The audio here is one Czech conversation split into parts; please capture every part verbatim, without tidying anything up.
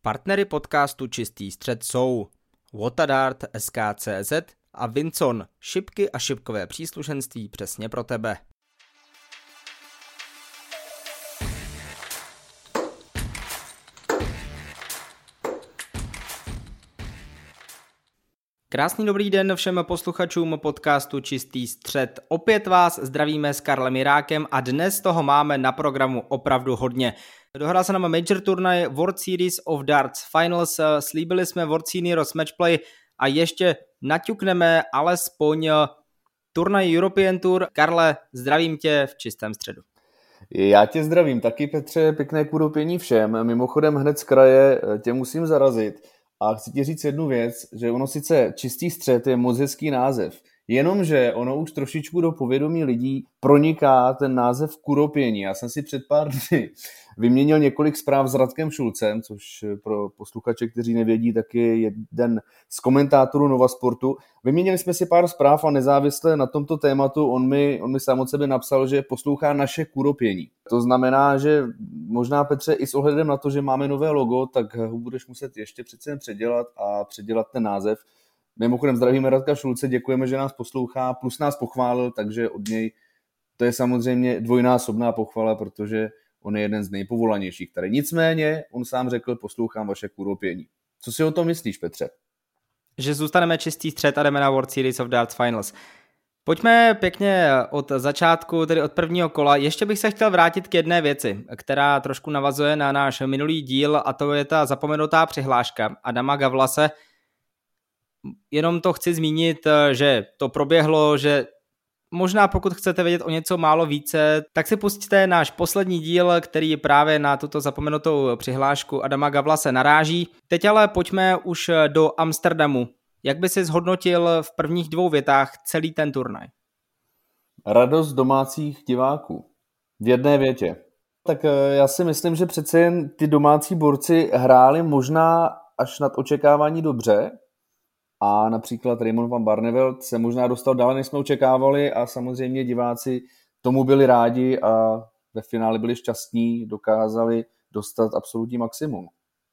Partnery podcastu Čistý střed jsou Watadart tečka es ká tečka cé zet a Vinson, šipky a šipkové příslušenství přesně pro tebe. Krásný dobrý den všem posluchačům podcastu Čistý střed. Opět vás zdravíme s Karlem Jirákem a dnes toho máme na programu opravdu hodně. Dohrál se nám Major turnaj World Series of Darts Finals, slíbili jsme World Seniors Matchplay a ještě naťukneme alespoň turnaj European Tour. Karle, zdravím tě v čistém středu. Já tě zdravím taky, Petře, pěkné kudopění všem. Mimochodem hned z kraje tě musím zarazit. A chci ti říct jednu věc, že ono sice Čistý střed je moc hezký název, jenomže ono už trošičku do povědomí lidí proniká ten název kuropění. Já jsem si před pár dny vyměnil několik zpráv s Radkem Šulcem, což pro posluchače, kteří nevědí, tak je jeden z komentátorů Nova Sportu. Vyměnili jsme si pár zpráv a nezávisle na tomto tématu on mi, on mi sám od sebe napsal, že poslouchá naše kuropění. To znamená, že možná, Petře, i s ohledem na to, že máme nové logo, tak ho budeš muset ještě přece jen předělat a předělat ten název. Mimochodem zdravíme Radka Šulce, děkujeme, že nás poslouchá, plus nás pochválil, takže od něj to je samozřejmě dvojnásobná pochvala, protože on je jeden z nejpovolanějších tady. Nicméně, on sám řekl, poslouchám vaše kuropění. Co si o tom myslíš, Petře? Že zůstaneme čistý střed a jdeme na World Series of Darts Finals. Pojďme pěkně od začátku, tedy od prvního kola. Ještě bych se chtěl vrátit k jedné věci, která trošku navazuje na náš minulý díl, a to je ta zapomenutá přihláška Adama Gavlase. Jenom to chci zmínit, že to proběhlo, že možná pokud chcete vědět o něco málo více, tak si pustíte náš poslední díl, který právě na tuto zapomenutou přihlášku Adama Gavlase naráží. Teď ale pojďme už do Amsterdamu. Jak by si zhodnotil v prvních dvou větách celý ten turnaj? Radost domácích diváků. V jedné větě. Tak já si myslím, že přece jen ty domácí borci hráli možná až nad očekávání dobře. A například Raymond van Barneveld se možná dostal dále, než jsme očekávali, a samozřejmě diváci tomu byli rádi a ve finále byli šťastní, dokázali dostat absolutní maximum.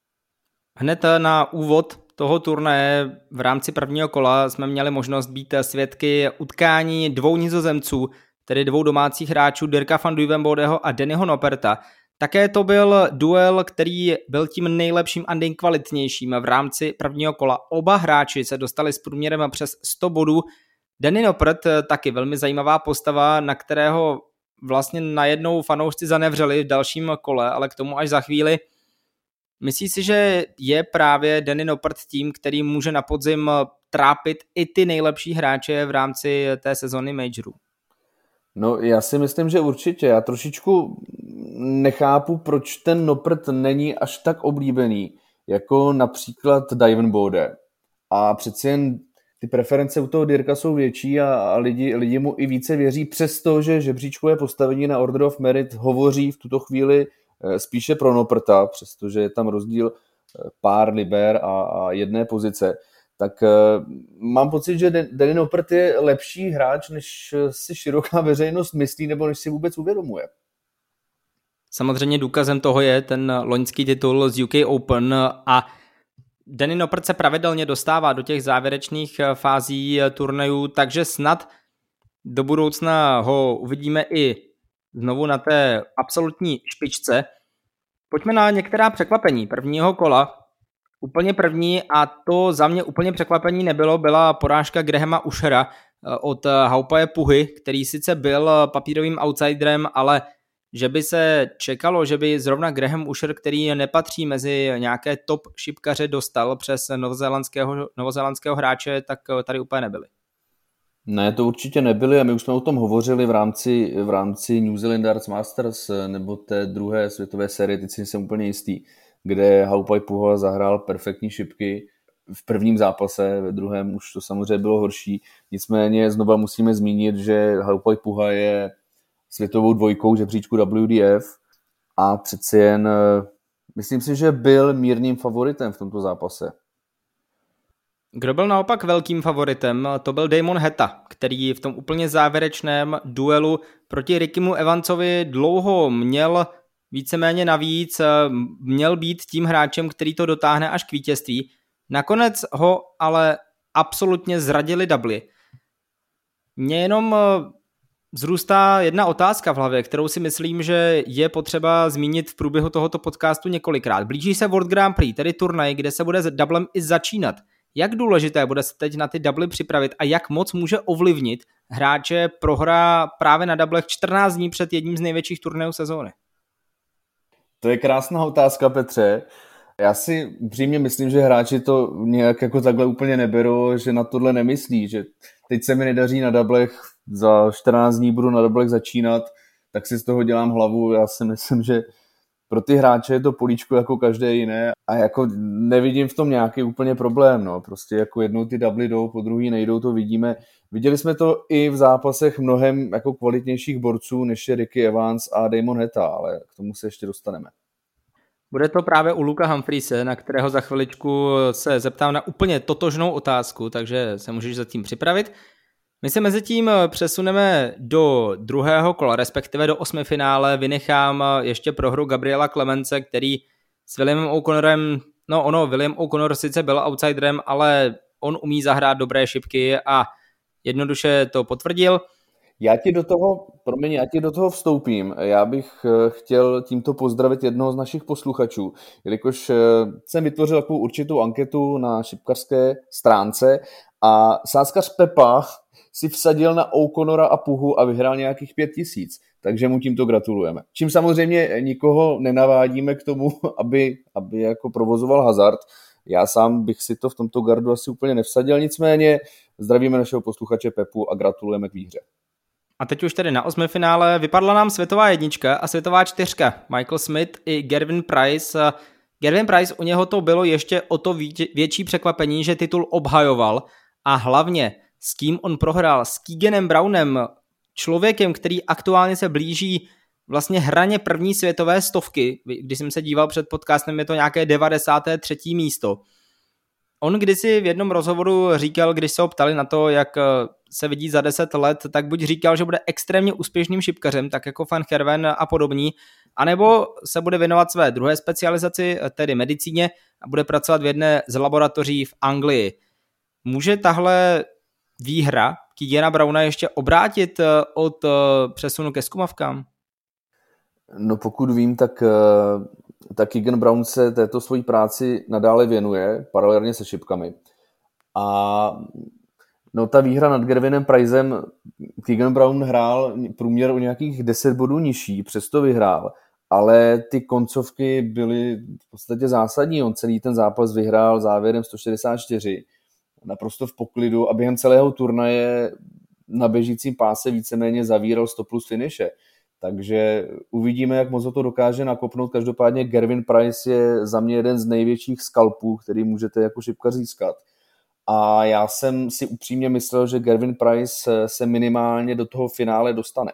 Hned na úvod toho turnaje v rámci prvního kola jsme měli možnost být svědky utkání dvou Nizozemců, tedy dvou domácích hráčů, Dirka van Duijvenbodeho a Dannyho Nopperta. Také to byl duel, který byl tím nejlepším a nejkvalitnějším v rámci prvního kola. Oba hráči se dostali s průměrem přes sto bodů. Danny Noppert, taky velmi zajímavá postava, na kterého vlastně najednou fanoušci zanevřeli v dalším kole, ale k tomu až za chvíli. Myslíš si, že je právě Danny Noppert tím, který může na podzim trápit i ty nejlepší hráče v rámci té sezony majorů? No, já si myslím, že určitě. Já trošičku nechápu, proč ten Noppert není až tak oblíbený, jako například Duijvenbode. A přeci jen ty preference u toho Dirka jsou větší a, a lidi, lidi mu i více věří, přestože žebříčkové postavení na Order of Merit hovoří v tuto chvíli spíše pro Nopperta, přestože je tam rozdíl pár liber a, a jedné pozice. Tak uh, mám pocit, že Danny Noppert je lepší hráč, než si široká veřejnost myslí, nebo než si vůbec uvědomuje. Samozřejmě důkazem toho je ten loňský titul z U K Open a Danny Noppert se pravidelně dostává do těch závěrečných fází turnajů, takže snad do budoucna ho uvidíme i znovu na té absolutní špičce. Pojďme na některá překvapení prvního kola. Úplně první, a to za mě úplně překvapení nebylo, byla porážka Grahama Ushera od Haupaje Puhy, který sice byl papírovým outsiderem, ale že by se čekalo, že by zrovna Graham Usher, který nepatří mezi nějaké top šipkaře, dostal přes novozélandského, novozélandského hráče, tak tady úplně nebyli. Ne, to určitě nebyli a my už jsme o tom hovořili v rámci, v rámci New Zealand Darts Masters nebo té druhé světové série, teď si jsem úplně jistý, kde Haupai Puha zahrál perfektní šipky v prvním zápase, ve druhém už to samozřejmě bylo horší. Nicméně znova musíme zmínit, že Haupai Puha je světovou dvojkou žebříčku W D F a přeci jen myslím si, že byl mírným favoritem v tomto zápase. Kdo byl naopak velkým favoritem, to byl Damon Heta, který v tom úplně závěrečném duelu proti Rickymu Evansovi dlouho měl víceméně navíc, měl být tím hráčem, který to dotáhne až k vítězství. Nakonec ho ale absolutně zradili dubly. Mně jenom vzrůstá jedna otázka v hlavě, kterou si myslím, že je potřeba zmínit v průběhu tohoto podcastu několikrát. Blíží se World Grand Prix, tedy turnaj, kde se bude s doublem i začínat. Jak důležité bude se teď na ty dubly připravit a jak moc může ovlivnit hráče prohra právě na doublech čtrnáct dní před jedním z největších turnajů sezóny? To je krásná otázka, Petře. Já si upřímně myslím, že hráči to nějak jako takhle úplně neberou, že na tohle nemyslí, že teď se mi nedaří na doublech, za čtrnáct dní budu na doublech začínat, tak si z toho dělám hlavu. Já si myslím, že pro ty hráče je to políčko jako každé jiné a jako nevidím v tom nějaký úplně problém. No. Prostě jako jednou ty dubly jdou, po druhý nejdou, to vidíme. Viděli jsme to i v zápasech mnohem jako kvalitnějších borců, než je Ricky Evans a Damon Heta, ale k tomu se ještě dostaneme. Bude to právě u Luka Humphreys, na kterého za chviličku se zeptám na úplně totožnou otázku, takže se můžeš zatím připravit. My se mezi tím přesuneme do druhého kola, respektive do osmifinále. Vynechám ještě prohru Gabriela Clemence, který s Williamem O'Connorem, no ono, William O'Connor sice byl outsiderem, ale on umí zahrát dobré šipky a jednoduše to potvrdil. Já ti do toho, promiň, já ti do toho vstoupím. Já bych chtěl tímto pozdravit jednoho z našich posluchačů, jelikož jsem vytvořil takovou určitou anketu na šipkařské stránce a sázkař Pepa si vsadil na O'Connora a Puhu a vyhrál nějakých pět tisíc, takže mu tímto gratulujeme. Čím samozřejmě nikoho nenavádíme k tomu, aby, aby jako provozoval hazard. Já sám bych si to v tomto gardu asi úplně nevsadil, nicméně zdravíme našeho posluchače Pepu a gratulujeme k výhře. A teď už tedy na osmifinále vypadla nám světová jednička a světová čtyřka. Michael Smith i Gervin Price. Gervin Price, u něho to bylo ještě o to větší překvapení, že titul obhajoval a hlavně s kým on prohrál, s Keeganem Brownem, člověkem, který aktuálně se blíží vlastně hraně první světové stovky. Když jsem se díval před podcastem, je to nějaké devadesáté třetí místo. On kdysi v jednom rozhovoru říkal, když se ho ptali na to, jak se vidí za deset let, tak buď říkal, že bude extrémně úspěšným šipkařem, tak jako Van Gerwen a podobní, anebo se bude věnovat své druhé specializaci, tedy medicíně, a bude pracovat v jedné z laboratoří v Anglii. Může tahle výhra Keegana Browna ještě obrátit od přesunu ke zkumavkám? No pokud vím, tak, tak Keegan Brown se této svojí práci nadále věnuje, paralelně se šipkami. A no ta výhra nad Gervinem Pricem, Keegan Brown hrál průměr o nějakých deset bodů nižší, přesto vyhrál, ale ty koncovky byly v podstatě zásadní. On celý ten zápas vyhrál závěrem sto šedesát čtyři, naprosto v poklidu a během celého turnaje na běžícím páse víceméně zavíral sto plus finiše. Takže uvidíme, jak moc to dokáže nakopnout. Každopádně Gervin Price je za mě jeden z největších skalpů, který můžete jako šipkař získat. A já jsem si upřímně myslel, že Gervin Price se minimálně do toho finále dostane.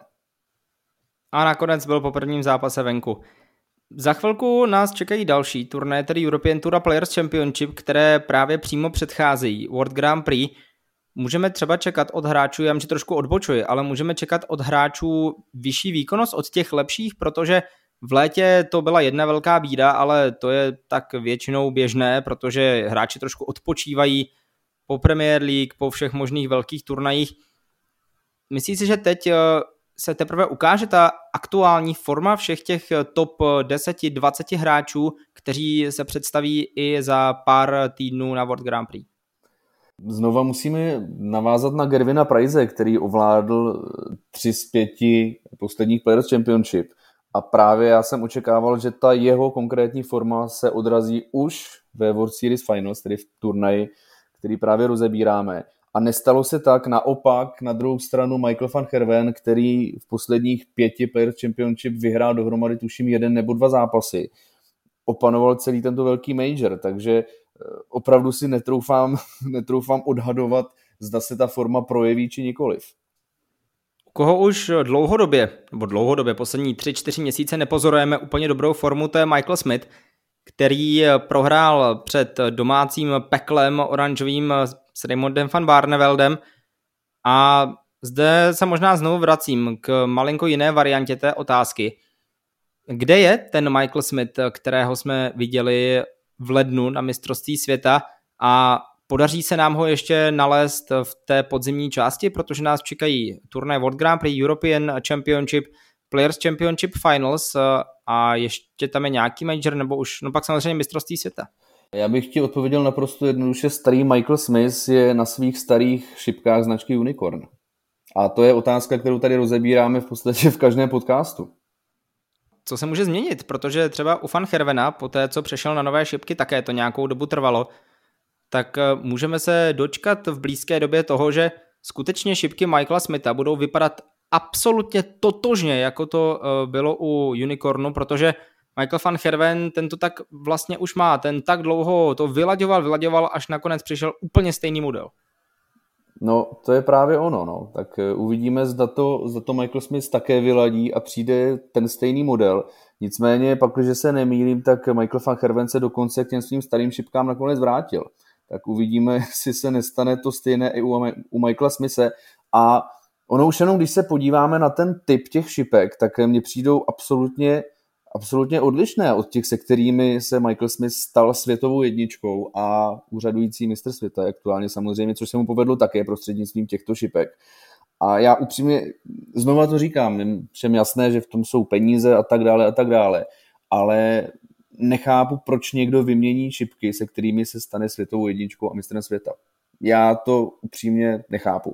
A nakonec byl po prvním zápase venku. Za chvilku nás čekají další turnaje, tedy European Tour Players Championship, které právě přímo předcházejí World Grand Prix. Můžeme třeba čekat od hráčů, já že trošku odbočuji, ale můžeme čekat od hráčů vyšší výkonnost, od těch lepších, protože v létě to byla jedna velká bída, ale to je tak většinou běžné, protože hráči trošku odpočívají po Premier League, po všech možných velkých turnajích. Myslíš si, že teď se teprve ukáže ta aktuální forma všech těch top deset dvacet hráčů, kteří se představí i za pár týdnů na World Grand Prix? Znova musíme navázat na Gervina Price, který ovládl tři z pěti posledních Players Championship. A právě já jsem očekával, že ta jeho konkrétní forma se odrazí už ve World Series Finals, tedy v turnaji, který právě rozebíráme. A nestalo se tak, naopak na druhou stranu Michael van Gerwen, který v posledních pěti Players Championship vyhrál dohromady tuším jeden nebo dva zápasy. Opanoval celý tento velký major, takže opravdu si netroufám, netroufám odhadovat, zda se ta forma projeví či nikoliv. Koho už dlouhodobě, nebo dlouhodobě, poslední tři čtyři měsíce nepozorujeme úplně dobrou formu, to je Michael Smith, který prohrál před domácím peklem oranžovým s Raymondem van Barneveldem a zde se možná znovu vracím k malinko jiné variantě té otázky. kde je ten Michael Smith, kterého jsme viděli v lednu na mistrovství světa, a podaří se nám ho ještě nalézt v té podzimní části, protože nás čekají turnaj World Grand Prix, European Championship, Players Championship Finals a ještě tam je nějaký major, nebo už, no pak samozřejmě mistrovství světa. Já bych ti odpověděl naprosto jednoduše, starý Michael Smith je na svých starých šipkách značky Unicorn. A to je otázka, kterou tady rozebíráme v podstatě v každém podcastu. Co se může změnit? Protože třeba u Van Hervena, po té, co přešel na nové šipky, také to nějakou dobu trvalo, tak můžeme se dočkat v blízké době toho, že skutečně šipky Michaela Smitha budou vypadat absolutně totožně, jako to bylo u Unicornu, protože Michael van Herven, ten to tak vlastně už má, ten tak dlouho to vylaďoval, vylaďoval, až nakonec přišel úplně stejný model. No, to je právě ono, no. Tak uvidíme, zda to, zda to Michael Smith také vyladí a přijde ten stejný model. Nicméně, pak, když se nemýlím, tak Michael van Herven se dokonce k těm svým starým šipkám nakonec vrátil. Tak uvidíme, jestli se nestane to stejné i u, u Michaela Smithe. A ono už jenom, když se podíváme na ten typ těch šipek, tak mně přijdou absolutně, absolutně odlišné od těch, se kterými se Michael Smith stal světovou jedničkou a úřadující mistr světa aktuálně samozřejmě, což se mu povedlo také prostřednictvím těchto šipek. A já upřímně znova to říkám, všem jasné, že v tom jsou peníze a tak dále a tak dále, ale nechápu, proč někdo vymění šipky, se kterými se stane světovou jedničkou a mistrem světa. Já to upřímně nechápu.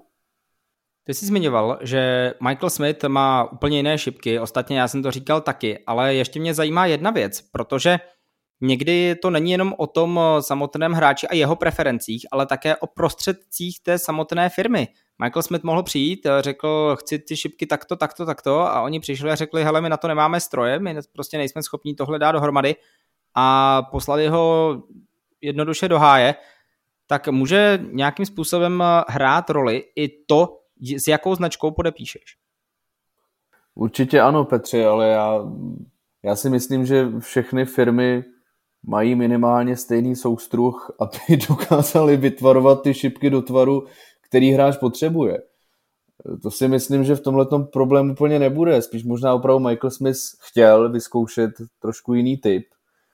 Ty jsi zmiňoval, že Michael Smith má úplně jiné šipky, ostatně já jsem to říkal taky, ale ještě mě zajímá jedna věc, protože někdy to není jenom o tom samotném hráči a jeho preferencích, ale také o prostředcích té samotné firmy. Michael Smith mohl přijít, řekl, chci ty šipky takto, takto, takto a oni přišli a řekli, hele, my na to nemáme stroje, my prostě nejsme schopni tohle dát dohromady a poslali ho jednoduše do háje. Tak může nějakým způsobem hrát roli i to, s jakou značkou podepíšeš? Určitě ano, Petře, ale já, já si myslím, že všechny firmy mají minimálně stejný soustruh, aby dokázali vytvarovat ty šipky do tvaru, který hráč potřebuje. To si myslím, že v tomhletom problém úplně nebude. Spíš možná opravdu Michael Smith chtěl vyzkoušet trošku jiný typ.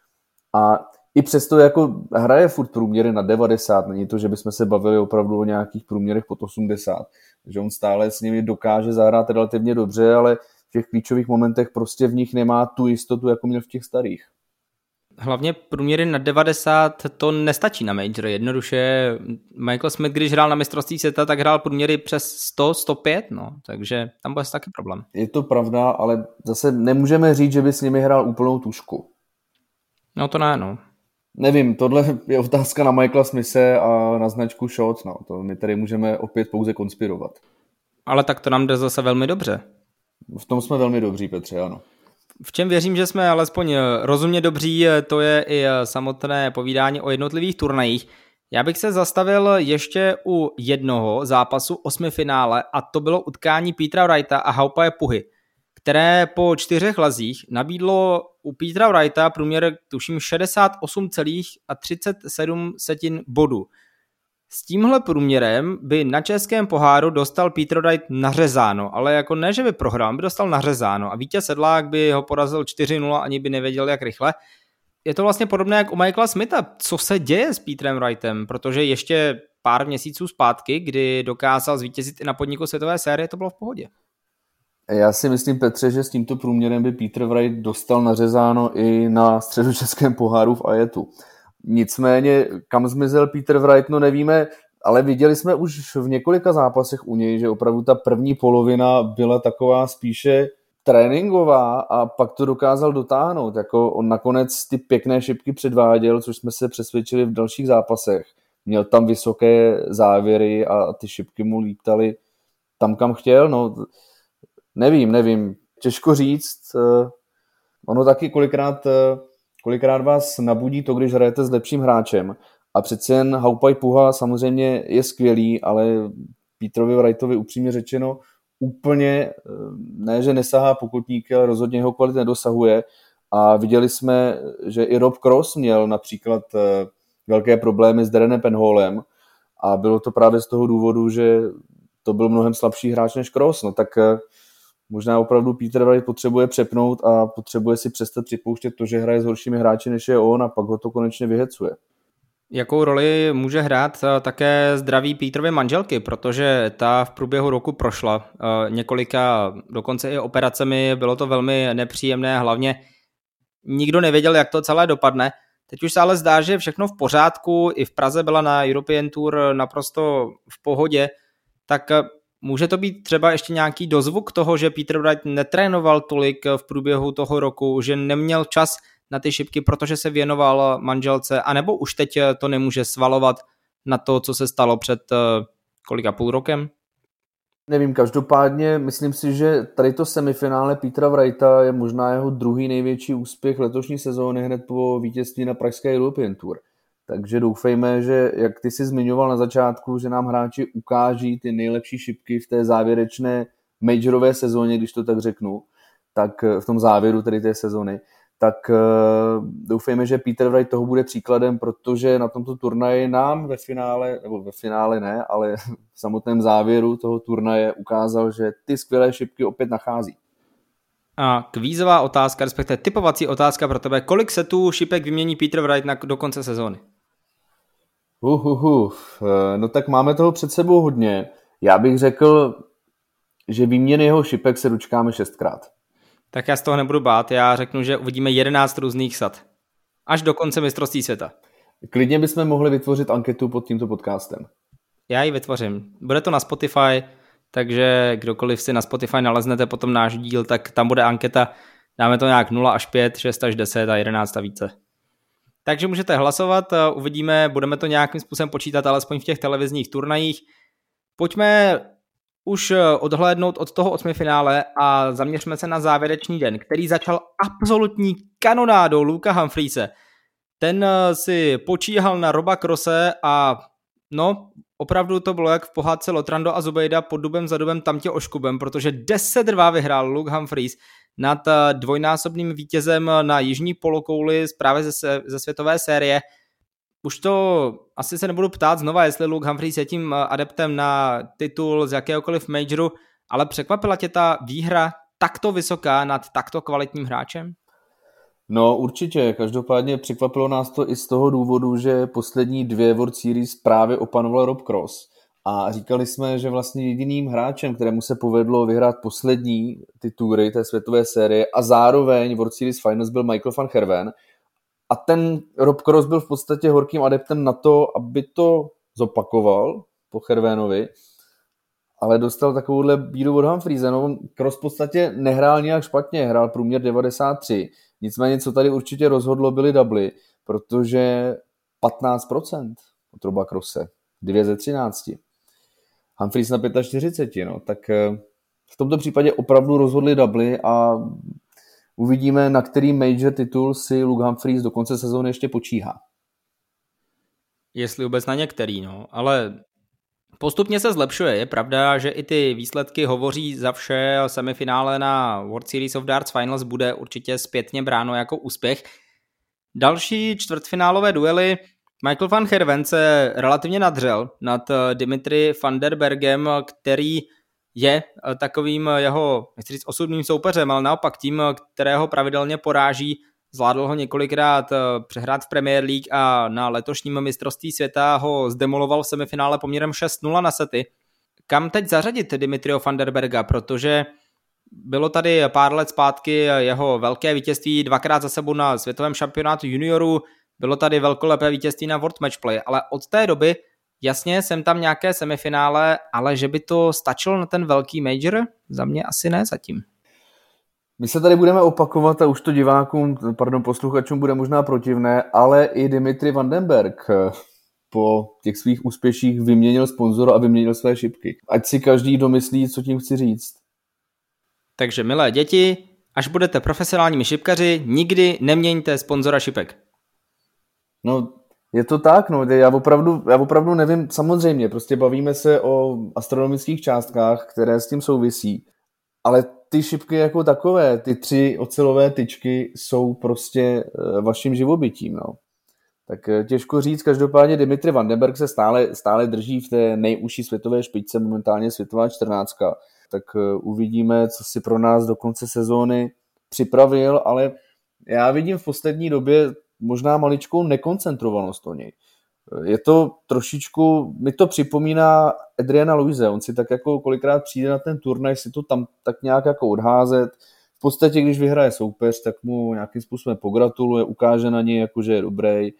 A i přesto jako hraje furt průměry na devadesát, není to, že bychom se bavili opravdu o nějakých průměrech pod osmdesát. Že on stále s nimi dokáže zahrát relativně dobře, ale v těch klíčových momentech prostě v nich nemá tu jistotu, jako měl v těch starých. Hlavně průměry na devadesát to nestačí na major. Jednoduše Michael Smith, když hrál na mistrovství světa, tak hrál průměry přes sto, sto pět, no, takže tam bude taky problém. Je to pravda, ale zase nemůžeme říct, že by s nimi hrál úplnou tušku. No to ne, no. Nevím, tohle je otázka na Michaela Smithe a na značku Shots, no. To my tady můžeme opět pouze konspirovat. Ale tak to nám jde zase velmi dobře. V tom jsme velmi dobří, Petře, ano. V čem věřím, že jsme alespoň rozumně dobří, to je i samotné povídání o jednotlivých turnajích. Já bych se zastavil ještě u jednoho zápasu osmifinále a to bylo utkání Petera Wrighta a Haupaje Puhy, které po čtyřech lazích nabídlo u Petera Wrighta průměr tuším šedesát osm celá třicet sedm bodů. S tímhle průměrem by na českém poháru dostal Peter Wright nařezáno, ale jako ne, že by prohrál, by dostal nařezáno a Vítěz Sedlák by ho porazil čtyři nula, ani by nevěděl, jak rychle. Je to vlastně podobné jak u Michaela Smitha. Co se děje s Petrem Wrightem? Protože ještě pár měsíců zpátky, kdy dokázal zvítězit i na podniku světové série, to bylo v pohodě. Já si myslím, Petře, že s tímto průměrem by Peter Wright dostal nařezáno i na středočeském poháru v Ajetu. Nicméně, kam zmizel Peter Wright, no nevíme, ale viděli jsme už v několika zápasech u něj, že opravdu ta první polovina byla taková spíše tréninková a pak to dokázal dotáhnout. Jako on nakonec ty pěkné šipky předváděl, což jsme se přesvědčili v dalších zápasech. Měl tam vysoké závěry a ty šipky mu lítaly tam, kam chtěl. No, nevím, nevím. Těžko říct. Ono taky kolikrát... Kolikrát vás nabudí to, když hrajete s lepším hráčem. A přeci jen Haupaj Puha samozřejmě je skvělý, ale Petrovi Wrightovi upřímně řečeno úplně, ne že nesahá pokutníky, ale rozhodně jeho kvalit nedosahuje. A viděli jsme, že i Rob Cross měl například velké problémy s Darrenem Penholem a bylo to právě z toho důvodu, že to byl mnohem slabší hráč než Cross. No tak Možná opravdu Peter Wright potřebuje přepnout a potřebuje si přestat připouštět to, že hraje s horšími hráči, než je on, a pak ho to konečně vyhecuje. Jakou roli může hrát také zdraví Peterovy manželky, protože ta v průběhu roku prošla několika, dokonce i operacemi, bylo to velmi nepříjemné, hlavně nikdo nevěděl, jak to celé dopadne. Teď už se ale zdá, že je všechno v pořádku, i v Praze byla na European Tour naprosto v pohodě, tak může to být třeba ještě nějaký dozvuk toho, že Peter Wright netrénoval tolik v průběhu toho roku, že neměl čas na ty šipky, protože se věnoval manželce, anebo už teď to nemůže svalovat na to, co se stalo před kolika půl rokem? Nevím, každopádně myslím si, že tady to semifinále Petera Wrighta je možná jeho druhý největší úspěch letošní sezóny hned po vítězství na pražské European Tour. Takže doufejme, že jak ty jsi zmiňoval na začátku, že nám hráči ukáží ty nejlepší šipky v té závěrečné majorové sezóně, když to tak řeknu, tak v tom závěru tedy té sezony, tak uh, doufejme, že Peter Wright toho bude příkladem, protože na tomto turnaji nám ve finále, nebo ve finále ne, ale v samotném závěru toho turnaje ukázal, že ty skvělé šipky opět nachází. A kvízová otázka, respektive typovací otázka pro tebe, kolik setů šipek vymění Peter Wright na, do konce sezóny? Uhuhu, no tak máme toho před sebou hodně. Já bych řekl, že výměny jeho šipek se dočkáme šestkrát. Tak já z toho nebudu bát, já řeknu, že uvidíme jedenáct různých sad. Až do konce mistrovství světa. Klidně bychom mohli vytvořit anketu pod tímto podcastem. Já ji vytvořím. Bude to na Spotify, takže kdokoliv si na Spotify naleznete potom náš díl, tak tam bude anketa. Dáme to nějak nula až pět, šest až deset a jedenáct a více. Takže můžete hlasovat, uvidíme, budeme to nějakým způsobem počítat, alespoň v těch televizních turnajích. Pojďme už odhlédnout od toho osmifinále a zaměřme se na závěrečný den, který začal absolutní kanonádou Luka Humphreys. Ten si počíhal na Roba Crosse a no, opravdu to bylo jak v pohádce Lotrando a Zubejda pod dubem za dubem tamtě oškubem, protože deset dva vyhrál Luke Humphreys nad dvojnásobným vítězem na jižní polokouli právě ze, ze světové série. Už to asi se nebudu ptát znova, jestli Luke Humphreys je tím adeptem na titul z jakéhokoliv majoru, ale překvapila tě ta výhra takto vysoká nad takto kvalitním hráčem? No určitě, každopádně překvapilo nás to i z toho důvodu, že poslední dvě World Series právě opanoval Rob Cross. A říkali jsme, že vlastně jediným hráčem, kterému se povedlo vyhrát poslední ty tury té světové série a zároveň World Series Finals byl Michael van Gerwen. A ten Rob Cross byl v podstatě horkým adeptem na to, aby to zopakoval po Gerwenovi, ale dostal takovouhle bídu od Humphreys. No, Cross v podstatě nehrál nějak špatně, hrál průměr devadesát tři. Nicméně, co tady určitě rozhodlo, byly dubly, protože patnáct procent od Roba Crosse, dva ze třinácti. Humphreys na čtyřicet pět, no, tak v tomto případě opravdu rozhodli dubly a uvidíme, na který major titul si Luke Humphreys do konce sezóny ještě počíhá. Jestli vůbec na některý, no, ale postupně se zlepšuje. Je pravda, že i ty výsledky hovoří za vše. Semifinále na World Series of Darts Finals bude určitě zpětně bráno jako úspěch. Další čtvrtfinálové duely. Michael van Gerwen se relativně nadřel nad Dimitri van der Bergem, který je takovým jeho, nechci říct osudným soupeřem, ale naopak tím, kterého pravidelně poráží. Zvládl ho několikrát přehrát v Premier League a na letošním mistrovství světa ho zdemoloval v semifinále poměrem šest nula na sety. Kam teď zařadit Dimitriho van der Berga, protože bylo tady pár let zpátky jeho velké vítězství dvakrát za sebou na světovém šampionátu juniorů, bylo tady velkolepé vítězství na World Matchplay, ale od té doby jasně jsem tam nějaké semifinále, ale že by to stačilo na ten velký major, za mě asi ne zatím. My se tady budeme opakovat a už to divákům, pardon, posluchačům bude možná protivné, ale i Dimitri van den Berg po těch svých úspěších vyměnil sponzora a vyměnil své šipky. Ať si každý domyslí, co tím chci říct. Takže milé děti, až budete profesionálními šipkaři, nikdy neměňte sponzora šipek. No, je to tak, no, já opravdu, já opravdu nevím, samozřejmě, prostě bavíme se o astronomických částkách, které s tím souvisí, ale ty šipky jako takové, ty tři ocelové tyčky jsou prostě vaším živobytím, no. Tak těžko říct, každopádně Dimitri Vandenberg se stále, stále drží v té nejužší světové špičce, momentálně světová čtrnáctka. Tak uvidíme, co si pro nás do konce sezóny připravil, ale já vidím v poslední době možná maličkou nekoncentrovanost o něj. Je to trošičku, mi to připomíná Adriana Luise, on si tak jako kolikrát přijde na ten turnaj, si to tam tak nějak jako odházet. V podstatě, když vyhraje soupeř, tak mu nějakým způsobem pogratuluje, ukáže na něj, jako že je dobrý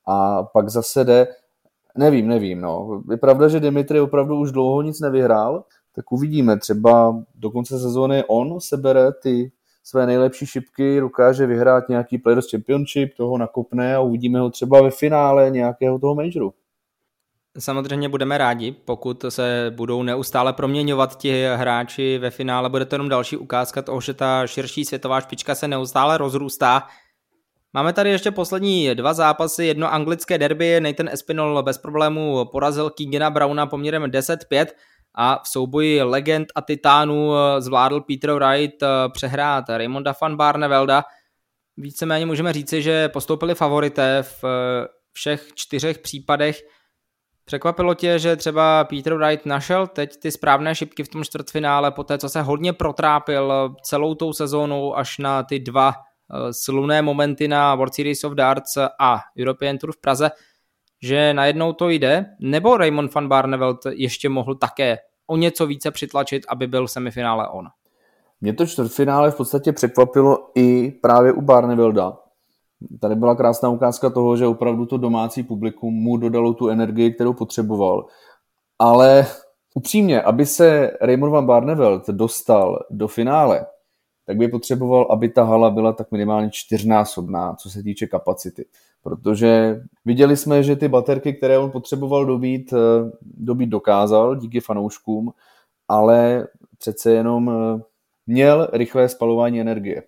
a pak zase jde. Nevím, nevím, no. Je pravda, že Dimitri opravdu už dlouho nic nevyhrál, tak uvidíme, třeba do konce sezóny on sebere ty své nejlepší šipky, dokáže vyhrát nějaký Players Championship, toho nakopne a uvidíme ho třeba ve finále nějakého toho majoru. Samozřejmě budeme rádi, pokud se budou neustále proměňovat ti hráči ve finále, bude to jenom další ukázka toho, že ta širší světová špička se neustále rozrůstá. Máme tady ještě poslední dva zápasy, jedno anglické derby, Nathan Espinol bez problémů porazil Keegana Browna poměrem deset pět a v souboji legend a titánů zvládl Peter Wright přehrát Raymonda van Barnevelda. Víceméně můžeme říci, že postoupili favorité v všech čtyřech případech. Překvapilo tě, že třeba Peter Wright našel teď ty správné šipky v tom čtvrtfinále, poté co se hodně protrápil celou tou sezónou až na ty dva slunné momenty na World Series of Darts a European Tour v Praze, že najednou to jde, nebo Raymond van Barneveld ještě mohl také o něco více přitlačit, aby byl v semifinále on? Mě to čtvrtfinále v podstatě překvapilo i právě u Barnevelda. Tady byla krásná ukázka toho, že opravdu to domácí publikum mu dodalo tu energii, kterou potřeboval. Ale upřímně, aby se Raymond van Barneveld dostal do finále, tak by potřeboval, aby ta hala byla tak minimálně čtyřnásobná, co se týče kapacity. Protože viděli jsme, že ty baterky, které on potřeboval dobít, dobít dokázal díky fanouškům, ale přece jenom měl rychlé spalování energie.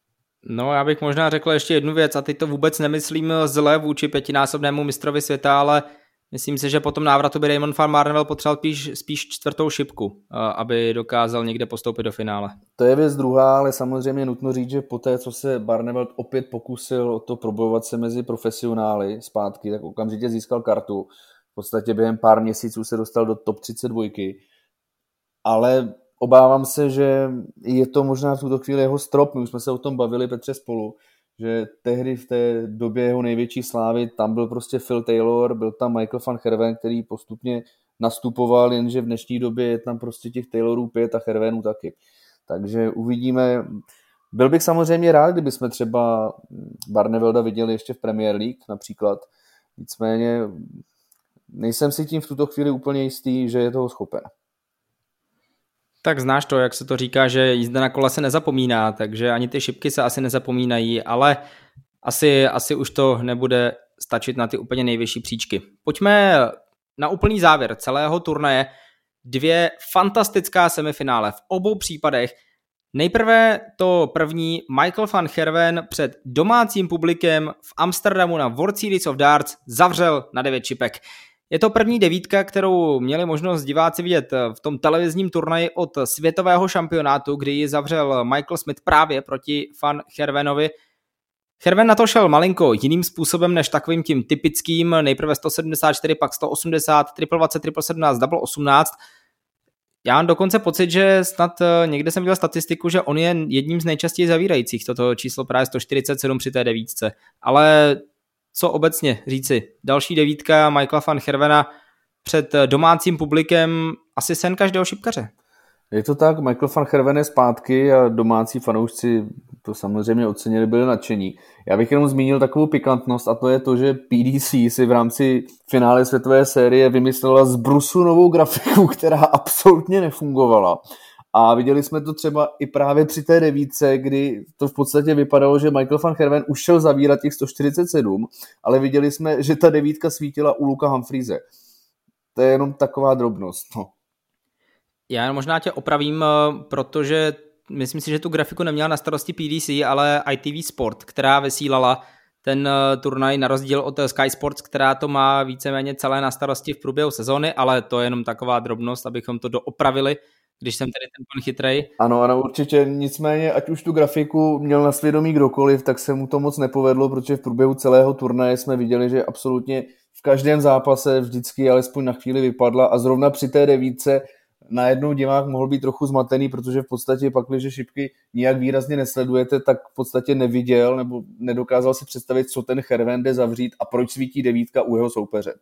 No, já bych možná řekl ještě jednu věc, a teď to vůbec nemyslím zle vůči pětinásobnému mistrovi světa, ale myslím si, že po tom návratu by Raymond van Barneveld potřeboval spíš, spíš čtvrtou šipku, aby dokázal někde postoupit do finále. To je věc druhá, ale samozřejmě nutno říct, že poté, co se Barneveld opět pokusil o to probojovat se mezi profesionály zpátky, tak okamžitě získal kartu. V podstatě během pár měsíců se dostal do top třicet dva, ale obávám se, že je to možná v tuto chvíli jeho strop. My už jsme se o tom bavili, Petře, spolu, že tehdy v té době jeho největší slávy tam byl prostě Phil Taylor, byl tam Michael van Gerwen, který postupně nastupoval, jenže v dnešní době je tam prostě těch Taylorů pět a Gerwenů taky. Takže uvidíme. Byl bych samozřejmě rád, kdyby jsme třeba Barnevelda viděli ještě v Premier League například. Nicméně nejsem si tím v tuto chvíli úplně jistý, že je toho schopen. Tak znáš to, jak se to říká, že jízda na kole se nezapomíná, takže ani ty šipky se asi nezapomínají, ale asi, asi už to nebude stačit na ty úplně nejvyšší příčky. Pojďme na úplný závěr celého turnaje. Dvě fantastická semifinále v obou případech. Nejprve to první, Michael van Gerwen před domácím publikem v Amsterdamu na World Series of Darts zavřel na devět šipek. Je to první devítka, kterou měli možnost diváci vidět v tom televizním turnaji od světového šampionátu, kdy ji zavřel Michael Smith právě proti van Gerwenovi. Gerwen na to šel malinko jiným způsobem než takovým tím typickým, nejprve sto sedmdesát čtyři, pak sto osmdesát, triple dvacet, triple sedmnáct, double osmnáct. Já mám dokonce pocit, že snad někde jsem viděl statistiku, že on je jedním z nejčastěji zavírajících, toto číslo právě sto čtyřicet sedm při té devítce. Ale co obecně říci? Další devítka Michaela van Gerwena před domácím publikem, asi sen každého šipkaře. Je to tak, Michael van Gerwen je zpátky a domácí fanoušci to samozřejmě ocenili, byli nadšení. Já bych jenom zmínil takovou pikantnost, a to je to, že P D C si v rámci finále světové série vymyslela z brusu novou grafiku, která absolutně nefungovala. A viděli jsme to třeba i právě při té devítce, kdy to v podstatě vypadalo, že Michael van Gerwen už šel zavírat těch sto čtyřicet sedm, ale viděli jsme, že ta devítka svítila u Luka Humphreys. To je jenom taková drobnost. No. Já možná tě opravím, protože myslím si, že tu grafiku neměla na starosti P D C, ale I T V Sport, která vysílala ten turnaj na rozdíl od Sky Sports, která to má víceméně celé na starosti v průběhu sezóny, ale to je jenom taková drobnost, abychom to doopravili. když jsem tady ten pan chytrej. Ano, ano, určitě, nicméně, ať už tu grafiku měl na svědomí kdokoliv, tak se mu to moc nepovedlo, protože v průběhu celého turnaje jsme viděli, že absolutně v každém zápase vždycky alespoň na chvíli vypadla a zrovna při té devítce najednou divák mohl být trochu zmatený, protože v podstatě pak, když šipky nijak výrazně nesledujete, tak v podstatě neviděl nebo nedokázal si představit, co ten Herven jde zavřít a proč svítí devítka u jeho soupeře.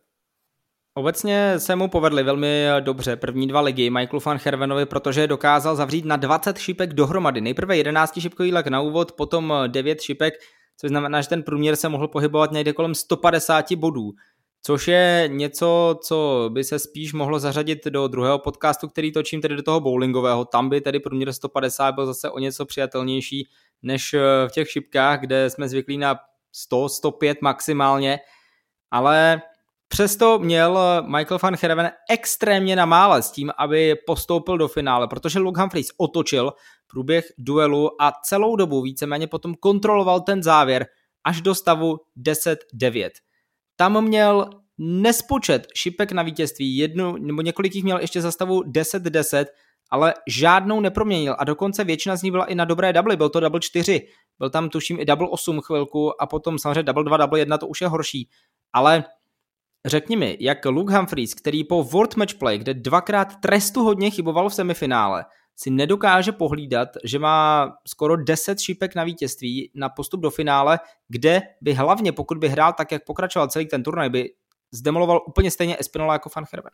Obecně se mu povedly velmi dobře první dva ligy Michaelu van Hervenovi, protože dokázal zavřít na dvacet šipek dohromady. Nejprve jedenáct šipový lek na úvod, potom devět šipek, což znamená, že ten průměr se mohl pohybovat někde kolem sto padesát bodů. Což je něco, co by se spíš mohlo zařadit do druhého podcastu, který točím, tedy do toho bowlingového. Tam by tedy průměr sto padesát byl zase o něco přijatelnější než v těch šipkách, kde jsme zvyklí na sto, sto pět maximálně. Ale přesto měl Michael van Gerwen extrémně na mále s tím, aby postoupil do finále, protože Luke Humphries otočil průběh duelu a celou dobu víceméně potom kontroloval ten závěr až do stavu deset devět. Tam měl nespočet šipek na vítězství, jednu nebo několik jich měl ještě za stavu deset deset, ale žádnou neproměnil a dokonce většina z ní byla i na dobré double, byl to double čtyři, byl tam tuším i double osm chvilku a potom samozřejmě double dva, double jedna, to už je horší, ale řekni mi, jak Luke Humphries, který po World Match Play, kde dvakrát trestu hodně chyboval v semifinále, si nedokáže pohlídat, že má skoro deset šipek na vítězství na postup do finále, kde by hlavně, pokud by hrál tak, jak pokračoval celý ten turnaj, by zdemoloval úplně stejně Espinola jako Van Gerwen.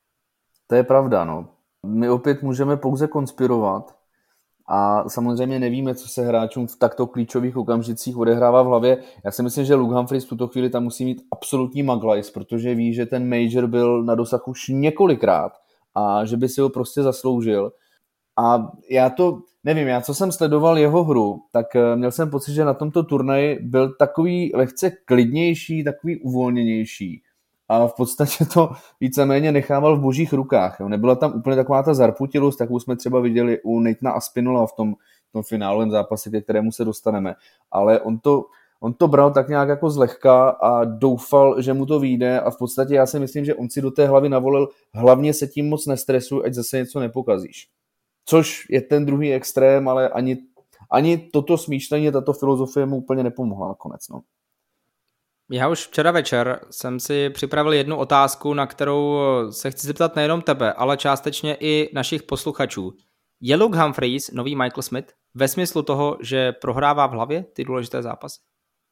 To je pravda, no. My opět můžeme pouze konspirovat a samozřejmě nevíme, co se hráčům v takto klíčových okamžicích odehrává v hlavě. Já si myslím, že Luke Humphries v tuto chvíli tam musí mít absolutní maglajs, protože ví, že ten major byl na dosah už několikrát a že by si ho prostě zasloužil. A já to, nevím, já co jsem sledoval jeho hru, tak měl jsem pocit, že na tomto turnaji byl takový lehce klidnější, takový uvolněnější. A v podstatě to víceméně nechával v božích rukách. Jo. Nebyla tam úplně taková ta zarputilost, takovou jsme třeba viděli u Nathana Aspinola v tom, v tom finálovém zápase, ke kterému se dostaneme. Ale on to, on to bral tak nějak jako zlehka a doufal, že mu to vyjde a v podstatě já si myslím, že on si do té hlavy navolil, hlavně se tím moc nestresuj, ať zase něco nepokazíš. Což je ten druhý extrém, ale ani, ani toto smýšlení, tato filozofie mu úplně nepomohla nakonec. No. Já už včera večer jsem si připravil jednu otázku, na kterou se chci zeptat nejenom tebe, ale částečně i našich posluchačů. Je Luke Humphries nový Michael Smith ve smyslu toho, že prohrává v hlavě ty důležité zápasy?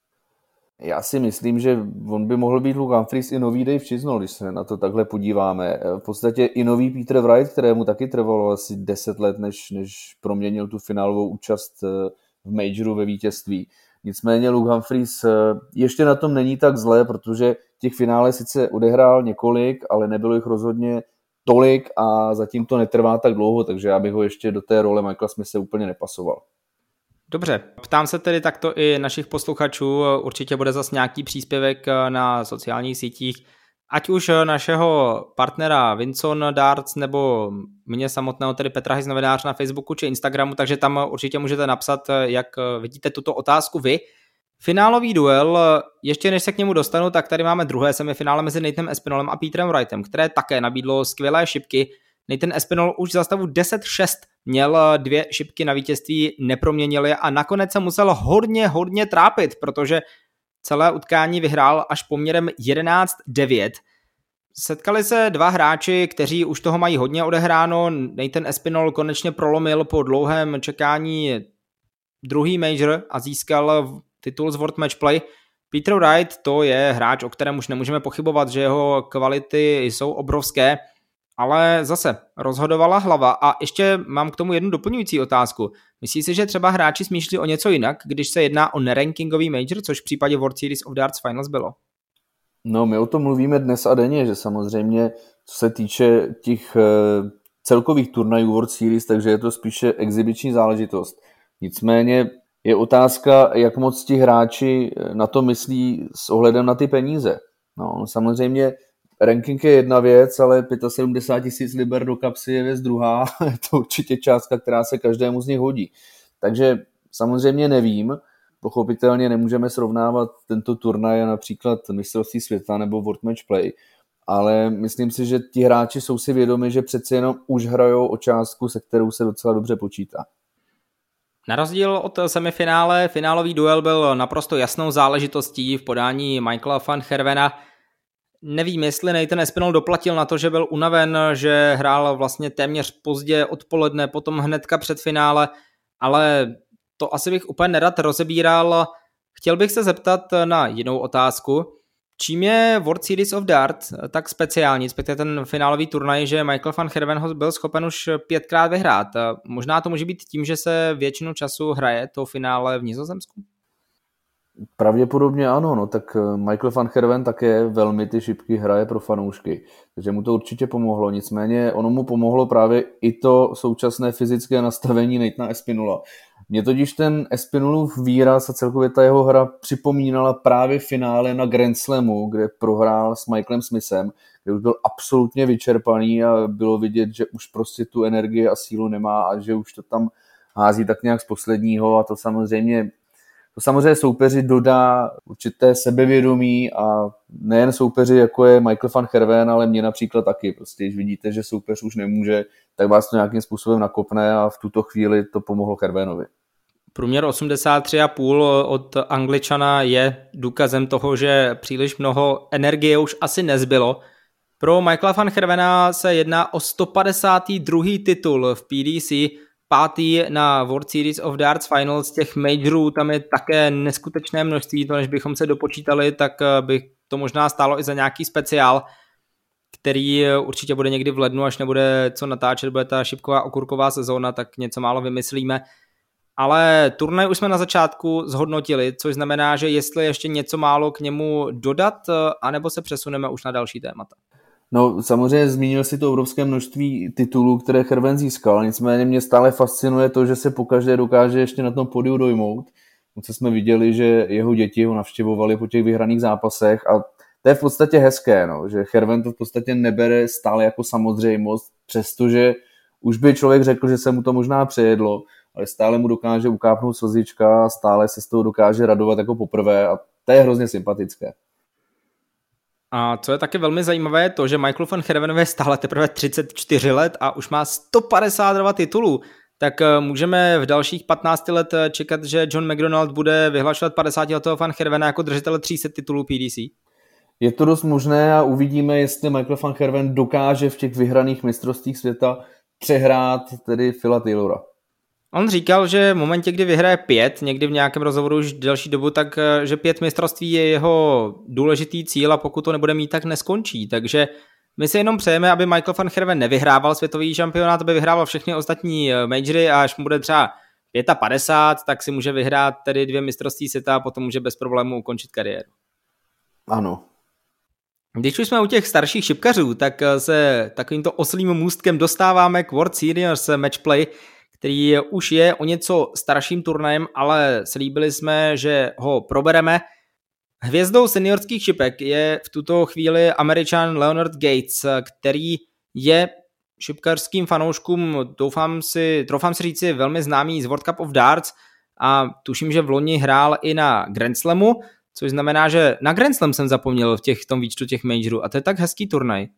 Já si myslím, že on by mohl být Luke Humphries i nový Dave Chisnell, když se na to takhle podíváme. V podstatě i nový Peter Wright, kterému taky trvalo asi deset let, než, než proměnil tu finálovou účast v majoru ve vítězství. Nicméně Luke Humphries ještě na tom není tak zlé, protože těch finále sice odehrál několik, ale nebylo jich rozhodně tolik a zatím to netrvá tak dlouho, takže já bych ho ještě do té role Michaela Smithe úplně nepasoval. Dobře, ptám se tedy takto i našich posluchačů, určitě bude zase nějaký příspěvek na sociálních sítích, ať už našeho partnera Vinson Darts nebo mě samotného, tedy Petra Hys novinář na Facebooku či Instagramu, takže tam určitě můžete napsat, jak vidíte tuto otázku vy. Finálový duel, ještě než se k němu dostanu, tak tady máme druhé semifinále mezi Nathanem Espinolem a Petrem Wrightem, které také nabídlo skvělé šipky. Nathan Espinol už za stavu deset šest měl dvě šipky na vítězství, neproměnil je a nakonec se musel hodně, hodně trápit, protože celé utkání vyhrál až poměrem jedenáct devět. Setkali se dva hráči, kteří už toho mají hodně odehráno. Nathan Espinol konečně prolomil po dlouhém čekání druhý major a získal titul z World Match Play. Peter Wright, to je hráč, o kterém už nemůžeme pochybovat, že jeho kvality jsou obrovské, ale zase rozhodovala hlava. A ještě mám k tomu jednu doplňující otázku. Myslíš si, že třeba hráči smýšlí o něco jinak, když se jedná o nerankingový major, což v případě World Series of Darts Finals bylo? No, my o tom mluvíme dnes a denně, že samozřejmě, co se týče těch celkových turnajů World Series, takže je to spíše exibiční záležitost. Nicméně je otázka, jak moc ti hráči na to myslí s ohledem na ty peníze. No, samozřejmě ranking je jedna věc, ale sedmdesát pět tisíc liber do kapsy je věc druhá. Je to určitě částka, která se každému z nich hodí. Takže samozřejmě nevím. Pochopitelně nemůžeme srovnávat tento turnaj například mistrovství světa nebo World Match Play, ale myslím si, že ti hráči jsou si vědomi, že přeci jenom už hrajou o částku, se kterou se docela dobře počítá. Na rozdíl od semifinále, finálový duel byl naprosto jasnou záležitostí v podání Michaela van Gerwena. Nevím, jestli Nathan Aspinall doplatil na to, že byl unaven, že hrál vlastně téměř pozdě odpoledne, potom hnedka před finále, ale to asi bych úplně nerad rozebíral. Chtěl bych se zeptat na jinou otázku. Čím je World Series of Darts tak speciální, respektive ten finálový turnaj, že Michael van Gerwen ho byl schopen už pětkrát vyhrát? Možná to může být tím, že se většinu času hraje to finále v Nizozemsku? Pravděpodobně ano, no tak Michael van Gerwen také velmi ty šipky hraje pro fanoušky, takže mu to určitě pomohlo, nicméně ono mu pomohlo právě i to současné fyzické nastavení Nathana Aspinalla. Mně totiž ten Aspinallův výraz a celkově ta jeho hra připomínala právě finále na Grand Slamu, kde prohrál s Michaelem Smithem, kde už byl absolutně vyčerpaný a bylo vidět, že už prostě tu energii a sílu nemá a že už to tam hází tak nějak z posledního a to samozřejmě To samozřejmě soupeři dodá určité sebevědomí a nejen soupeři, jako je Michael van Gerwen, ale mě například taky. Prostě, když vidíte, že soupeř už nemůže, tak vás to nějakým způsobem nakopne a v tuto chvíli to pomohlo Gerwenovi. Průměr osmdesát tři celá pět od Angličana je důkazem toho, že příliš mnoho energie už asi nezbylo. Pro Michaela van Gerwena se jedná o sto padesátý druhý titul v P D C, pátý na World Series of Darts Finals. Těch majorů tam je také neskutečné množství, to než bychom se dopočítali, tak by to možná stálo i za nějaký speciál, který určitě bude někdy v lednu, až nebude co natáčet, bude ta šipková okurková sezóna, tak něco málo vymyslíme. Ale turnaj už jsme na začátku zhodnotili, což znamená, že jestli ještě něco málo k němu dodat, anebo se přesuneme už na další témata. No samozřejmě zmínil si to obrovské množství titulů, které Gerwen získal, nicméně mě stále fascinuje to, že se pokaždé dokáže ještě na tom podiu dojmout. Co jsme viděli, že jeho děti ho navštěvovali po těch vyhraných zápasech a to je v podstatě hezké, no, že Gerwen to v podstatě nebere stále jako samozřejmost, přestože už by člověk řekl, že se mu to možná přejedlo, ale stále mu dokáže ukápnout slzička a stále se z toho dokáže radovat jako poprvé a to je hrozně sympatické. A co je taky velmi zajímavé je to, že Michael van Gerwen je stále teprve třicet čtyři let a už má sto padesát dva titulů. Tak můžeme v dalších patnácti let čekat, že John McDonald bude vyhlašovat padesátiletého van Gerwena jako držitele tří set titulů P D C? Je to dost možné a uvidíme, jestli Michael van Gerwen dokáže v těch vyhraných mistrovstvích světa přehrát tedy Phila Taylora. On říkal, že v momentě, kdy vyhraje pět, někdy v nějakém rozhovoru už delší dobu, tak že pět mistrovství je jeho důležitý cíl a pokud to nebude mít, tak neskončí. Takže my si jenom přejeme, aby Michael van Gerwen nevyhrával světový šampionát, aby vyhrával všechny ostatní majory a až mu bude třeba padesát pět, tak si může vyhrát tedy dvě mistrovství světa a potom může bez problémů ukončit kariéru. Ano. Když už jsme u těch starších šipkařů, tak se takovýmto oslým můstkem dostáváme k World Series Matchplay, který už je o něco starším turnajem, ale slíbili jsme, že ho probereme. Hvězdou seniorských šipek je v tuto chvíli Američan Leonard Gates, který je šipkařským fanouškům, doufám si, troufám si říci, velmi známý z World Cup of Darts a tuším, že v loni hrál i na Grand Slamu, což znamená, že na Grand Slam jsem zapomněl v, těch, v tom výčtu těch majorů a to je tak hezký turnaj.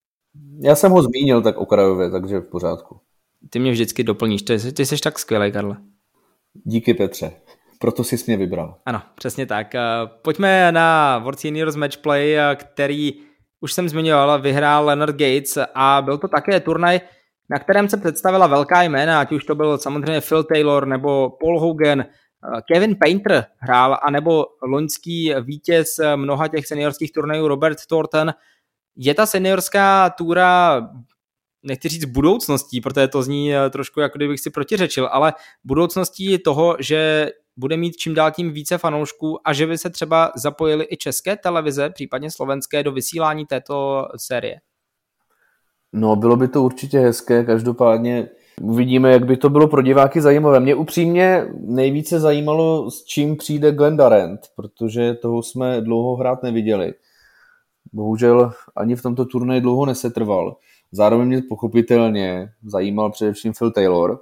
Já jsem ho zmínil tak okrajově, takže v pořádku. Ty mě vždycky doplníš, ty, ty jsi tak skvělej, Karle. Díky, Petře, proto jsi mě vybral. Ano, přesně tak. Pojďme na World Seniors Matchplay, který už jsem zmiňoval, vyhrál Leonard Gates a byl to také turnaj, na kterém se představila velká jména, ať už to byl samozřejmě Phil Taylor nebo Paul Hogan, Kevin Painter hrál, anebo loňský vítěz mnoha těch seniorských turnajů Robert Thornton. Je ta seniorská túra, nechci říct budoucností, protože to zní trošku, jako kdybych si protiřečil, ale budoucností toho, že bude mít čím dál tím více fanoušků a že by se třeba zapojili i české televize, případně slovenské, do vysílání této série. No, bylo by to určitě hezké, každopádně uvidíme, jak by to bylo pro diváky zajímavé. Mě upřímně nejvíce zajímalo, s čím přijde Glenn Durant, protože toho jsme dlouho hrát neviděli. Bohužel ani v tomto turnaji dlouho nesetrval. Zároveň mě pochopitelně zajímal především Phil Taylor,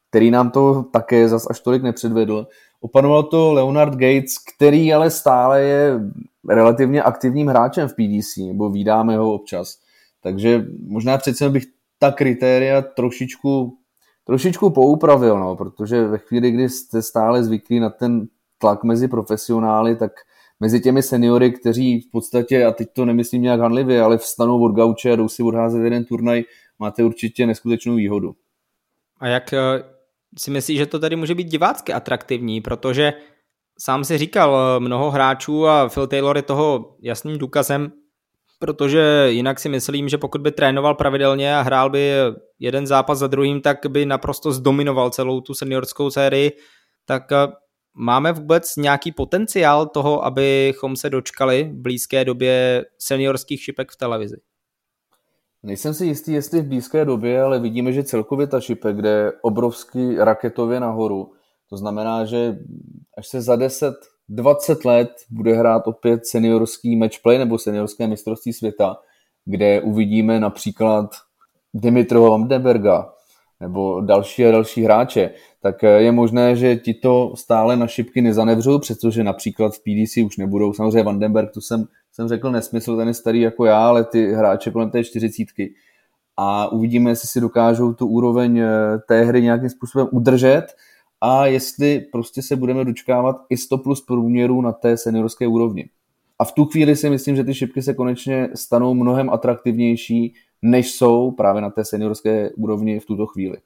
který nám to také zas až tolik nepředvedl. Opanoval to Leonard Gates, který ale stále je relativně aktivním hráčem v P D C, nebo vídáme ho občas. Takže možná přece bych ta kritéria trošičku, trošičku poupravil, no, protože ve chvíli, kdy jste stále zvyklí na ten tlak mezi profesionály, tak mezi těmi seniory, kteří v podstatě, a teď to nemyslím nějak hanlivě, ale vstanou od gauče a jdou si odházet jeden turnaj, máte určitě neskutečnou výhodu. A jak si myslíš, že to tady může být divácky atraktivní, protože sám si říkal, mnoho hráčů a Phil Taylor je toho jasným důkazem, protože jinak si myslím, že pokud by trénoval pravidelně a hrál by jeden zápas za druhým, tak by naprosto zdominoval celou tu seniorskou sérii, tak máme vůbec nějaký potenciál toho, abychom se dočkali v blízké době seniorských šipek v televizi? Nejsem si jistý, jestli v blízké době, ale vidíme, že celkově ta šipek jde obrovsky raketově nahoru. To znamená, že až se za deset dvacet let bude hrát opět seniorský matchplay nebo seniorské mistrovství světa, kde uvidíme například Dimitrova Vandenberga nebo další a další hráče, tak je možné, že ti to stále na šipky nezanevřou, přestože například v P D C už nebudou. Samozřejmě Vandenberg, to jsem, jsem řekl nesmysl, ten je starý jako já, ale ty hráče kolem té čtyřicítky. A uvidíme, jestli si dokážou tu úroveň té hry nějakým způsobem udržet a jestli prostě se budeme dočkávat i sto plus průměrů na té seniorské úrovni. A v tu chvíli si myslím, že ty šipky se konečně stanou mnohem atraktivnější, než jsou právě na té seniorské úrovni v tuto chvíli.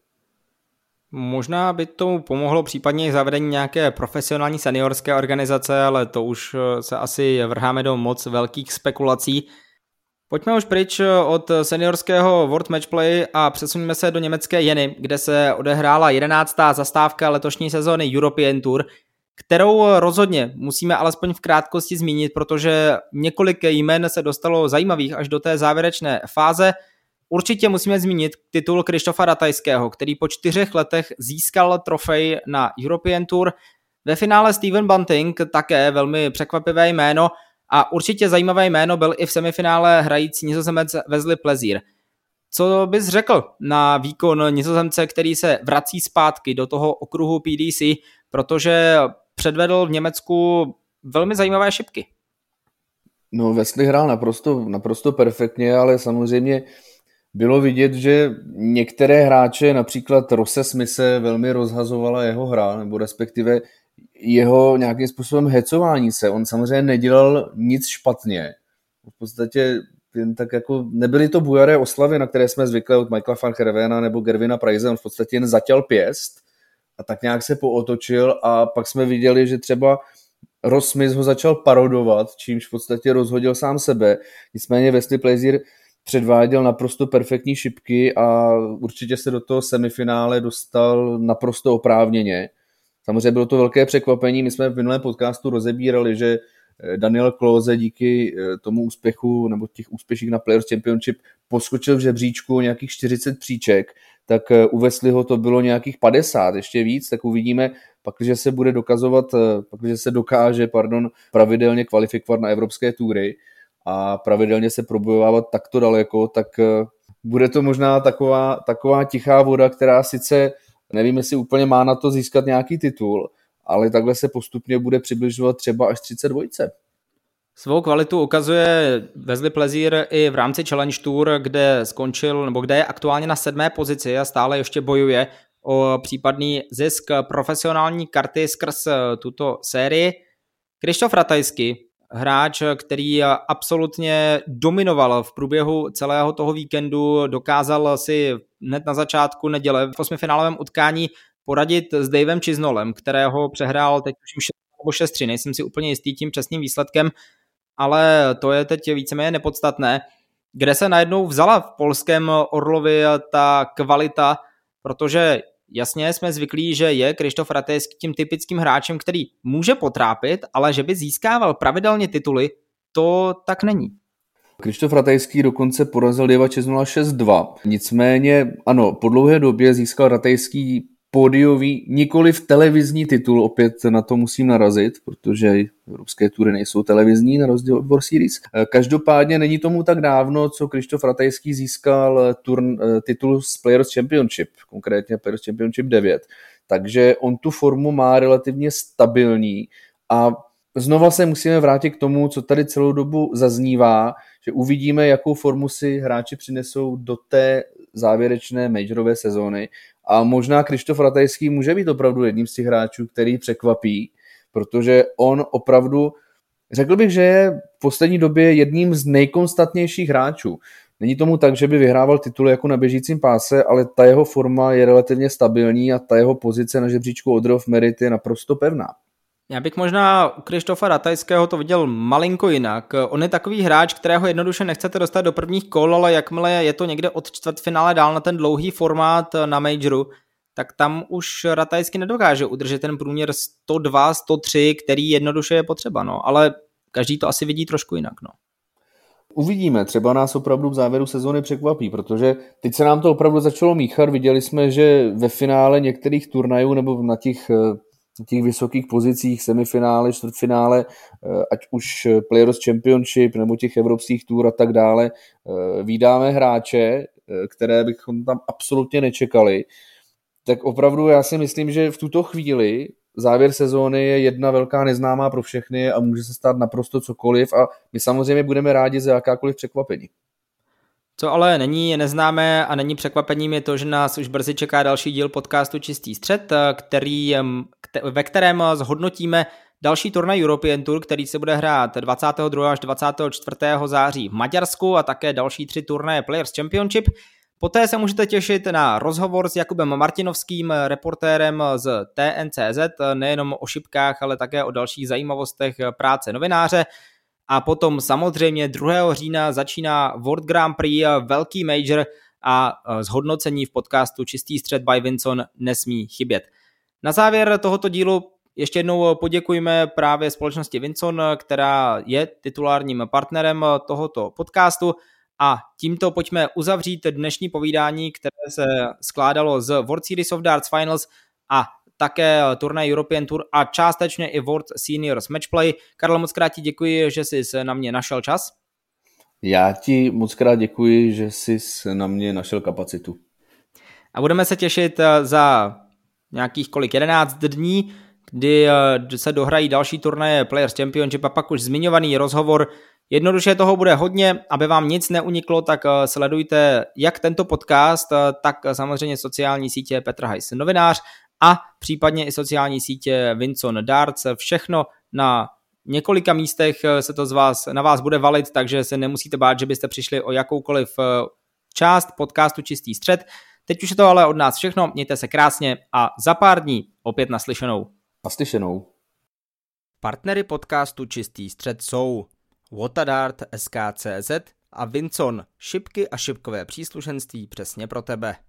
Možná by to pomohlo případně i zavedení nějaké profesionální seniorské organizace, ale to už se asi vrháme do moc velkých spekulací. Pojďme už pryč od seniorského World Matchplay a přesuneme se do německé Jeny, kde se odehrála jedenáctá zastávka letošní sezóny European Tour, kterou rozhodně musíme alespoň v krátkosti zmínit, protože několik jmen se dostalo zajímavých až do té závěrečné fáze. Určitě musíme zmínit titul Krištofa Ratajského, který po čtyřech letech získal trofej na European Tour. Ve finále Steven Bunting, také velmi překvapivé jméno, a určitě zajímavé jméno byl i v semifinále hrající Nizozemec Wesley Plezír. Co bys řekl na výkon Nizozemce, který se vrací zpátky do toho okruhu P D C, protože předvedl v Německu velmi zajímavé šipky? No, Wesley hrál naprosto, naprosto perfektně, ale samozřejmě bylo vidět, že některé hráče, například Rosse Smise, velmi rozhazovala jeho hra, nebo respektive jeho nějakým způsobem hecování se. On samozřejmě nedělal nic špatně. V podstatě jen tak jako nebyly to bujaré oslavy, na které jsme zvykli od Michaela van Gerwena nebo Gervina Pryce. On v podstatě jen zatěl pěst a tak nějak se pootočil a pak jsme viděli, že třeba Ross Smith ho začal parodovat, čímž v podstatě rozhodil sám sebe. Nicméně Wesley Plezír předváděl naprosto perfektní šipky a určitě se do toho semifinále dostal naprosto oprávněně. Samozřejmě bylo to velké překvapení, my jsme v minulém podcastu rozebírali, že Daniel Klose díky tomu úspěchu nebo těch úspěších na Players Championship poskočil v žebříčku nějakých čtyřicet příček, tak u Wesleyho to bylo nějakých padesát, ještě víc, tak uvidíme, pakliže se bude dokazovat, pakliže se dokáže, pardon, pravidelně kvalifikovat na evropské tury a pravidelně se probojovávat takto daleko, tak bude to možná taková, taková tichá voda, která sice nevím, jestli úplně má na to získat nějaký titul, ale takhle se postupně bude přibližovat třeba až třicet dva. Svou kvalitu ukazuje Wesley Plezír i v rámci Challenge Tour, kde skončil, nebo kde je aktuálně na sedmé pozici a stále ještě bojuje o případný zisk profesionální karty skrz tuto sérii. Krištof Ratajský, hráč, který absolutně dominoval v průběhu celého toho víkendu, dokázal si hned na začátku neděle v osmifinálovém utkání poradit s Davem Chisnallem, kterého přehrál teď už šest nebo šest tři, nejsem si úplně jistý tím přesným výsledkem, ale to je teď víceméně nepodstatné. Kde se najednou vzala v polském Orlovi ta kvalita, protože jasně jsme zvyklí, že je Krištof Ratajský tím typickým hráčem, který může potrápit, ale že by získával pravidelně tituly, to tak není. Krištof Ratajský dokonce porazil Dava Chisnalla šest dva. Nicméně, ano, po dlouhé době získal Ratajský pódiový, nikoliv televizní titul, opět na to musím narazit, protože evropské tury nejsou televizní, na rozdíl od World Series. Každopádně není tomu tak dávno, co Krištof Ratajský získal turn, titul z Players Championship, konkrétně Players Championship devět. Takže on tu formu má relativně stabilní a znova se musíme vrátit k tomu, co tady celou dobu zaznívá, že uvidíme, jakou formu si hráči přinesou do té závěrečné majorové sezóny. A možná Krištof Ratajský může být opravdu jedním z těch hráčů, který překvapí, protože on opravdu, řekl bych, že je v poslední době jedním z nejkonstantnějších hráčů. Není tomu tak, že by vyhrával tituly jako na běžícím páse, ale ta jeho forma je relativně stabilní a ta jeho pozice na žebříčku Order of Merit je naprosto pevná. Já bych možná u Krištofa Ratajského to viděl malinko jinak. On je takový hráč, kterého jednoduše nechcete dostat do prvních kol, ale jakmile je to někde od čtvrtfinále dál na ten dlouhý formát na majoru, tak tam už Ratajský nedokáže udržet ten průměr sto dva, sto tři, který jednoduše je potřeba, no. Ale každý to asi vidí trošku jinak, no. Uvidíme, třeba nás opravdu v závěru sezóny překvapí, protože teď se nám to opravdu začalo míchat, viděli jsme, že ve finále některých turnajů nebo na těch na těch vysokých pozicích, semifinále, čtvrtfinále, ať už Players Championship nebo těch evropských tur a tak dále, vídáme hráče, které bychom tam absolutně nečekali. Tak opravdu já si myslím, že v tuto chvíli závěr sezóny je jedna velká neznámá pro všechny a může se stát naprosto cokoliv a my samozřejmě budeme rádi za jakákoliv překvapení. Co ale není neznámé a není překvapením je to, že nás už brzy čeká další díl podcastu Čistý střed, který, ve kterém zhodnotíme další turnaj European Tour, který se bude hrát dvacátého druhého až dvacátého čtvrtého září v Maďarsku a také další tři turnaje Players Championship. Poté se můžete těšit na rozhovor s Jakubem Martinovským, reportérem z T N C Z, nejenom o šipkách, ale také o dalších zajímavostech práce novináře. A potom samozřejmě druhého října začíná World Grand Prix, velký major a zhodnocení v podcastu Čistý střed by Vinson nesmí chybět. Na závěr tohoto dílu ještě jednou poděkujeme právě společnosti Vinson, která je titulárním partnerem tohoto podcastu a tímto pojďme uzavřít dnešní povídání, které se skládalo z World Series of Darts Finals a také turnaj European Tour a částečně i World Seniors Matchplay. Karlo, moc krát ti děkuji, že jsi na mě našel čas. Já ti moc krát děkuji, že jsi na mě našel kapacitu. A budeme se těšit za nějakých kolik jedenáct dní, kdy se dohrají další turnaje Players Championship a pak už zmiňovaný rozhovor. Jednoduše toho bude hodně, aby vám nic neuniklo, tak sledujte jak tento podcast, tak samozřejmě sociální sítě Petr Hajs novinář a případně i sociální sítě Vinson Darts. Všechno na několika místech se to z vás, na vás bude valit, takže se nemusíte bát, že byste přišli o jakoukoliv část podcastu Čistý střed. Teď už je to ale od nás všechno, mějte se krásně a za pár dní opět naslyšenou. Naslyšenou. Partnery podcastu Čistý střed jsou Watadart, S K C Z a Vinson, šipky a šipkové příslušenství přesně pro tebe.